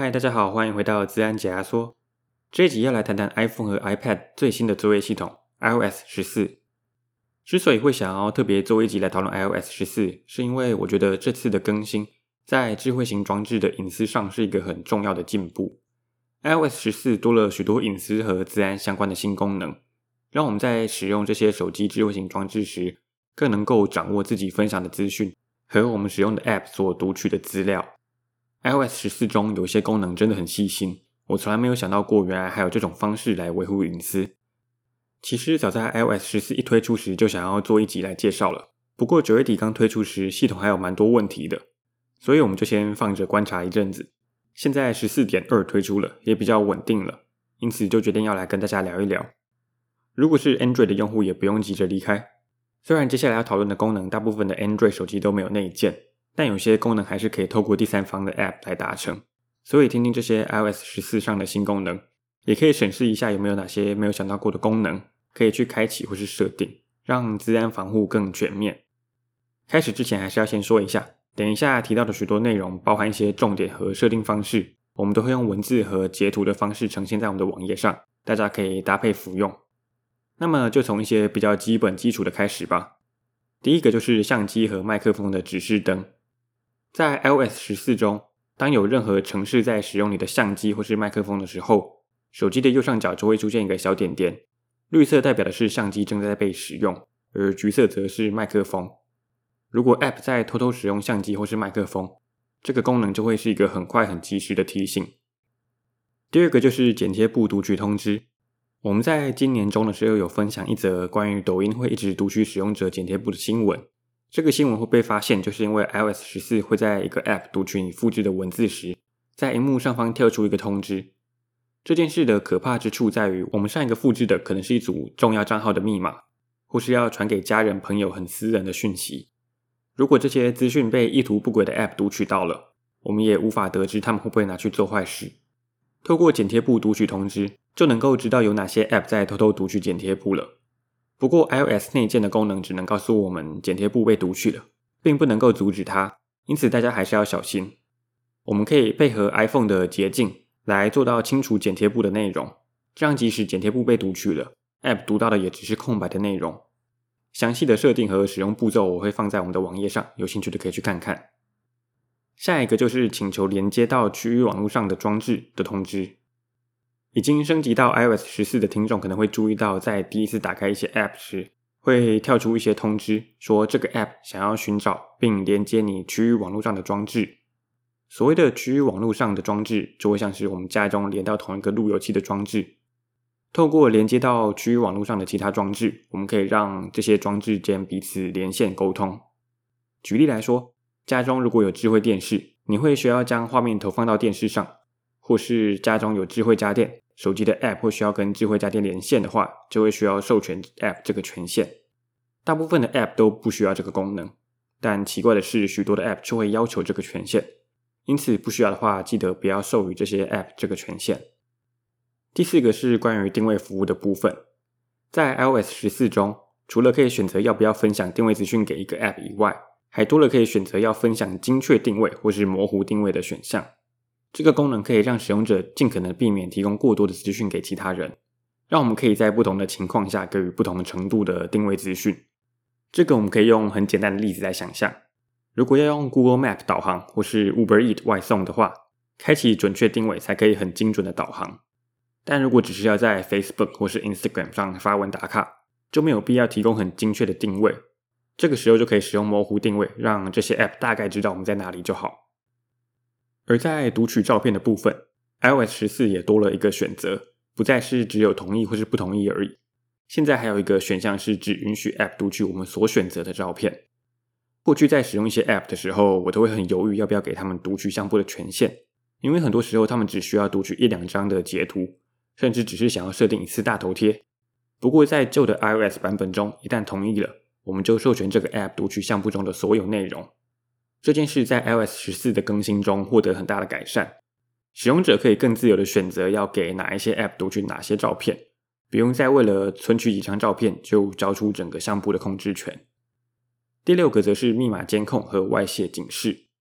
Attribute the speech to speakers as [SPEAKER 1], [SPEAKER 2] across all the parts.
[SPEAKER 1] 嗨，大家好，欢迎回到资安解压缩。这一集要来谈谈 iPhone 和 iPad 最新的作业系统 iOS 14。之所以会想要特别做一集来讨论 iOS 14，是因为我觉得这次的更新在智慧型装置的隐私上是一个很重要的进步。iOS 14多了许多隐私和资安相关的新功能，让我们在使用这些手机智慧型装置时，更能够掌握自己分享的资讯和我们使用的 App 所读取的资料。iOS 14中有些功能真的很细心，我从来没有想到过原来还有这种方式来维护隐私。其实早在 iOS 14一推出时就想要做一集来介绍了，不过9月底刚推出时系统还有蛮多问题的，所以我们就先放着观察一阵子。现在 14.2 推出了，也比较稳定了，因此就决定要来跟大家聊一聊。如果是 Android 的用户也不用急着离开，虽然接下来要讨论的功能大部分的 Android 手机都没有内建，但有些功能还是可以透过第三方的 App 来达成，所以听听这些 iOS 14上的新功能，也可以审视一下有没有哪些没有想到过的功能可以去开启或是设定，让资安防护更全面。开始之前还是要先说一下，等一下提到的许多内容包含一些重点和设定方式，我们都会用文字和截图的方式呈现在我们的网页上，大家可以搭配服用。那么就从一些比较基本基础的开始吧。第一个就是相机和麦克风的指示灯。在 iOS 14中，当有任何程式在使用你的相机或是麦克风的时候，手机的右上角就会出现一个小点点，绿色代表的是相机正在被使用，而橘色则是麦克风。如果 App 在偷偷使用相机或是麦克风，这个功能就会是一个很快很及时的提醒。第二个就是剪贴簿读取通知。我们在今年中的时候有分享一则关于抖音会一直读取使用者剪贴簿的新闻。这个新闻会被发现，就是因为 iOS 14会在一个 App 读取你复制的文字时，在萤幕上方跳出一个通知。这件事的可怕之处在于，我们上一个复制的可能是一组重要账号的密码，或是要传给家人朋友很私人的讯息。如果这些资讯被意图不轨的 App 读取到了，我们也无法得知他们会不会拿去做坏事。透过剪贴簿读取通知，就能够知道有哪些 App 在偷偷读取剪贴簿了。不过 iOS 内建的功能只能告诉我们剪贴簿被读取了，并不能够阻止它，因此大家还是要小心。我们可以配合 iPhone 的捷径来做到清除剪贴簿的内容，这样即使剪贴簿被读取了， App 读到的也只是空白的内容。详细的设定和使用步骤我会放在我们的网页上，有兴趣的可以去看看。下一个就是请求连接到区域网络上的装置的通知。已经升级到 iOS 14的听众可能会注意到，在第一次打开一些 App 时，会跳出一些通知，说这个 App 想要寻找并连接你区域网络上的装置。所谓的区域网络上的装置，就会像是我们家中连到同一个路由器的装置。透过连接到区域网络上的其他装置，我们可以让这些装置间彼此连线沟通。举例来说，家中如果有智慧电视，你会需要将画面投放到电视上，或是家中有智慧家电，手机的 App 会需要跟智慧家电连线的话，就会需要授权 App 这个权限。大部分的 App 都不需要这个功能，但奇怪的是，许多的 App 就会要求这个权限，因此不需要的话，记得不要授予这些 App 这个权限。第四个是关于定位服务的部分。在 iOS 14中，除了可以选择要不要分享定位资讯给一个 App 以外，还多了可以选择要分享精确定位或是模糊定位的选项。这个功能可以让使用者尽可能避免提供过多的资讯给其他人，让我们可以在不同的情况下给予不同程度的定位资讯。这个我们可以用很简单的例子来想象。如果要用 Google Map 导航或是 Uber Eats 外送的话，开启准确定位才可以很精准的导航。但如果只是要在 Facebook 或是 Instagram 上发文打卡，就没有必要提供很精确的定位。这个时候就可以使用模糊定位，让这些 App 大概知道我们在哪里就好。而在读取照片的部分， iOS 14也多了一个选择，不再是只有同意或是不同意而已。现在还有一个选项是只允许 App 读取我们所选择的照片。过去在使用一些 App 的时候，我都会很犹豫要不要给他们读取相簿的权限，因为很多时候他们只需要读取1-2张的截图，甚至只是想要设定一次大头贴。不过在旧的 iOS 版本中，一旦同意了，我们就授权这个 App 读取相簿中的所有内容。这件事在 iOS 14的更新中获得很大的改善，使用者可以更自由的选择要给哪一些 App 读取哪些照片，不用再为了存取几张照片就交出整个相簿的控制权。第6个则是密码监控和外泄警示。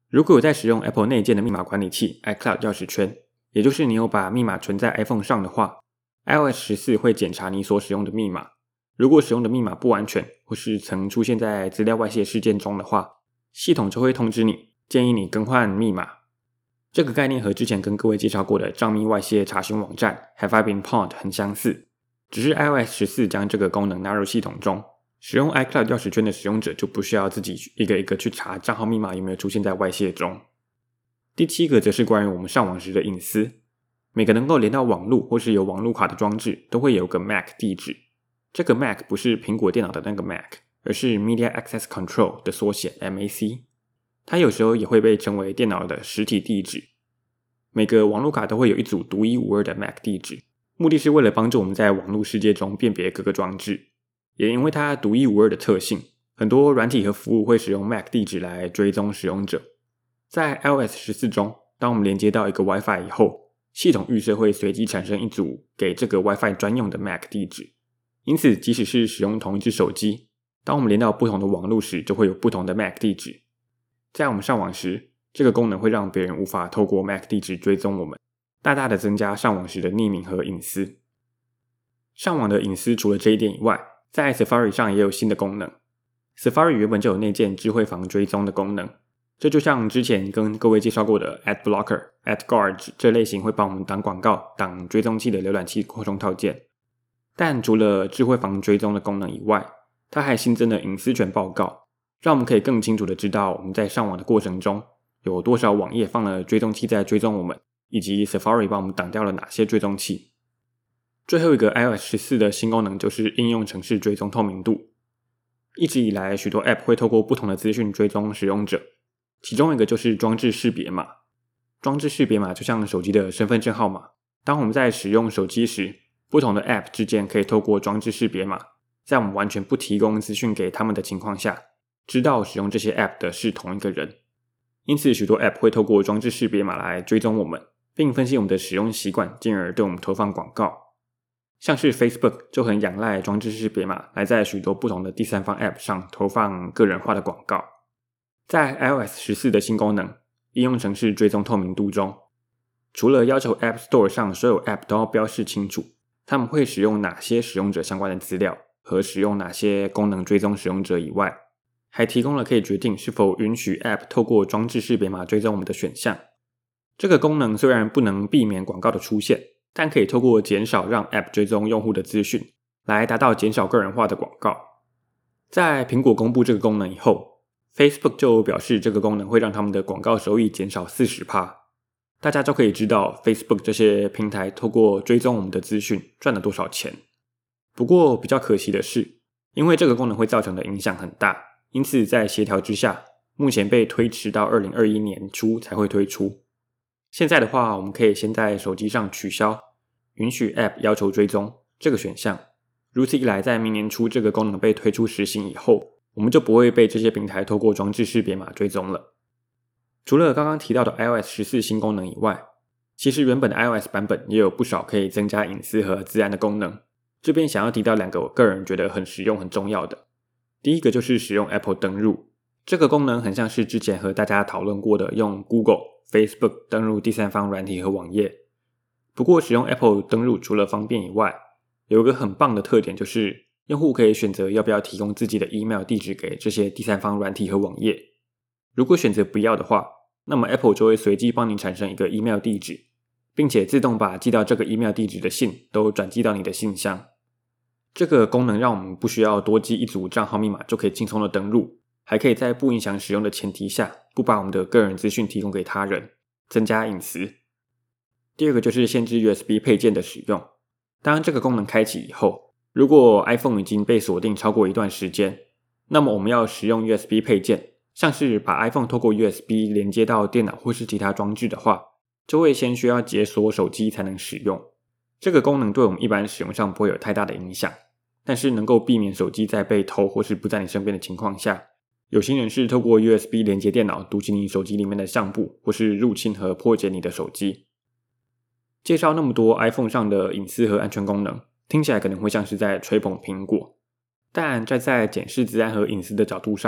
[SPEAKER 1] 如果有在使用 Apple 内建的密码管理器 iCloud 钥匙圈，也就是你有把密码存在 iPhone 上的话， iOS 14会检查你所使用的密码，如果使用的密码不完全或是曾出现在资料外泄事件中的话，系统就会通知你，建议你更换密码。这个概念和之前跟各位介绍过的账密外泄查询网站 Have I Been Pwned 很相似，只是 iOS 14将这个功能纳入系统中，使用 iCloud 钥匙圈的使用者就不需要自己一个一个去查账号密码有没有出现在外泄中。第7个则是关于我们上网时的隐私。每个能够连到网路或是有网路卡的装置都会有个 MAC 地址，这个 MAC 不是苹果电脑的那个 Mac， 而是 Media Access Control 的缩写 MAC， 它有时候也会被称为电脑的实体地址。每个网路卡都会有一组独一无二的 MAC 地址，目的是为了帮助我们在网路世界中辨别各个装置。也因为它独一无二的特性，很多软体和服务会使用 MAC 地址来追踪使用者。在 iOS 14中，当我们连接到一个 Wi-Fi 以后，系统预设会随机产生一组给这个 Wi-Fi 专用的 MAC 地址。因此即使是使用同一只手机，当我们连到不同的网路时，就会有不同的 MAC 地址。在我们上网时，这个功能会让别人无法透过 MAC 地址追踪我们，大大的增加上网时的匿名和隐私。上网的隐私除了这一点以外，在 Safari 上也有新的功能。Safari 原本就有内建智慧防追踪的功能，这就像之前跟各位介绍过的 AdBlocker、AdGuard 这类型会帮我们挡广告、挡追踪器的浏览器扩充套件。但除了智慧防追踪的功能以外，它还新增了隐私权报告，让我们可以更清楚的知道我们在上网的过程中有多少网页放了追踪器在追踪我们，以及 Safari 帮我们挡掉了哪些追踪器。最后一个 iOS 14的新功能就是应用程式追踪透明度。一直以来，许多 App 会透过不同的资讯追踪使用者，其中一个就是装置识别码。装置识别码就像手机的身份证号码，当我们在使用手机时，不同的 App 之间可以透过装置识别码，在我们完全不提供资讯给他们的情况下，知道使用这些 App 的是同一个人。因此许多 App 会透过装置识别码来追踪我们，并分析我们的使用习惯，进而对我们投放广告。像是 Facebook 就很仰赖装置识别码来在许多不同的第三方 App 上投放个人化的广告。在 iOS 14的新功能应用程式追踪透明度中，除了要求 App Store 上所有 App 都要标示清楚他们会使用哪些使用者相关的资料和使用哪些功能追踪使用者以外，还提供了可以决定是否允许 App 透过装置识别码追踪我们的选项。这个功能虽然不能避免广告的出现，但可以透过减少让 App 追踪用户的资讯，来达到减少个人化的广告。在苹果公布这个功能以后， Facebook 就表示这个功能会让他们的广告收益减少 40%。 大家就可以知道 Facebook 这些平台透过追踪我们的资讯赚了多少钱。不过比较可惜的是，因为这个功能会造成的影响很大，因此在协调之下，目前被推迟到2021年初才会推出。现在的话，我们可以先在手机上取消允许 App 要求追踪这个选项，如此一来，在明年初这个功能被推出实行以后，我们就不会被这些平台透过装置识别码追踪了。除了刚刚提到的 iOS 14新功能以外，其实原本的 iOS 版本也有不少可以增加隐私和资安的功能。这边想要提到两个我个人觉得很实用很重要的。第一个就是使用 Apple 登入，这个功能很像是之前和大家讨论过的用 Google、Facebook 登入第三方软体和网页。不过使用 Apple 登入除了方便以外，有一个很棒的特点，就是用户可以选择要不要提供自己的 email 地址给这些第三方软体和网页。如果选择不要的话，那么 Apple 就会随机帮你产生一个 email 地址，并且自动把寄到这个 email 地址的信都转寄到你的信箱。这个功能让我们不需要多记一组账号密码就可以轻松的登入，还可以在不影响使用的前提下，不把我们的个人资讯提供给他人，增加隐私。第二个就是限制 USB 配件的使用。当这个功能开启以后，如果 iPhone 已经被锁定超过一段时间，那么我们要使用 USB 配件，像是把 iPhone 透过 USB 连接到电脑或是其他装置的话，就会先需要解锁手机才能使用。这个功能对我们一般使用上不会有太大的影响，但是能够避免手机在被偷或是不在你身边的情况下，有心人士透过 USB 连接电脑读取你手机里面的相簿，或是入侵和破解你的手机。介绍那么多 iPhone 上的隐私和安全功能，听起来可能会像是在吹捧苹果，但站在检视资安和隐私的角度上，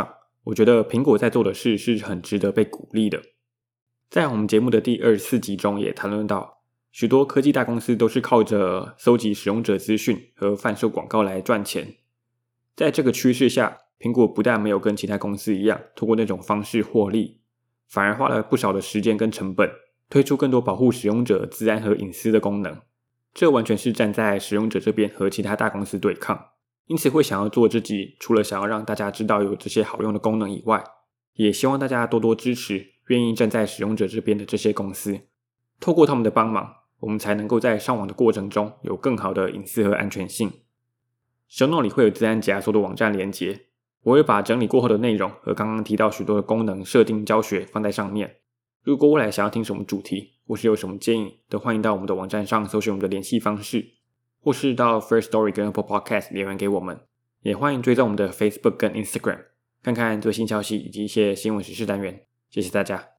[SPEAKER 1] 我觉得苹果在做的事是很值得被鼓励的。在我们节目的第24集中也谈论到，许多科技大公司都是靠着搜集使用者资讯和贩售广告来赚钱。在这个趋势下，苹果不但没有跟其他公司一样透过那种方式获利，反而花了不少的时间跟成本，推出更多保护使用者资安和隐私的功能。这完全是站在使用者这边和其他大公司对抗。因此会想要做这集，除了想要让大家知道有这些好用的功能以外，也希望大家多多支持愿意站在使用者这边的这些公司。透过他们的帮忙，我们才能够在上网的过程中有更好的隐私和安全性。show note 里会有资安解压缩的网站连结，我会把整理过后的内容和刚刚提到许多的功能设定教学放在上面。如果未来想要听什么主题，或是有什么建议，都欢迎到我们的网站上搜寻我们的联繫方式，或是到 First Story 跟 Apple Podcast 留言给我们。也欢迎追踪我们的 Facebook 跟 Instagram， 看看最新消息以及一些新闻时事单元。谢谢大家。